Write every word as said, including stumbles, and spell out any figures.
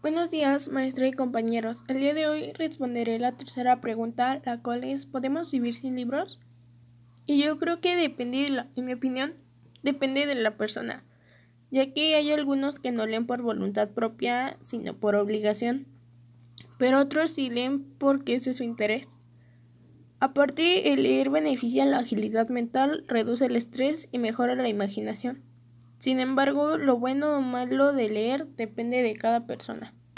Buenos días, maestra y compañeros. El día de hoy responderé la tercera pregunta, la cual es ¿podemos vivir sin libros? Y yo creo que depende de la, en mi opinión, depende de la persona, ya que hay algunos que no leen por voluntad propia, sino por obligación, pero otros sí leen porque ese es su interés. Aparte, el leer beneficia la agilidad mental, reduce el estrés y mejora la imaginación. Sin embargo, lo bueno o malo de leer depende de cada persona.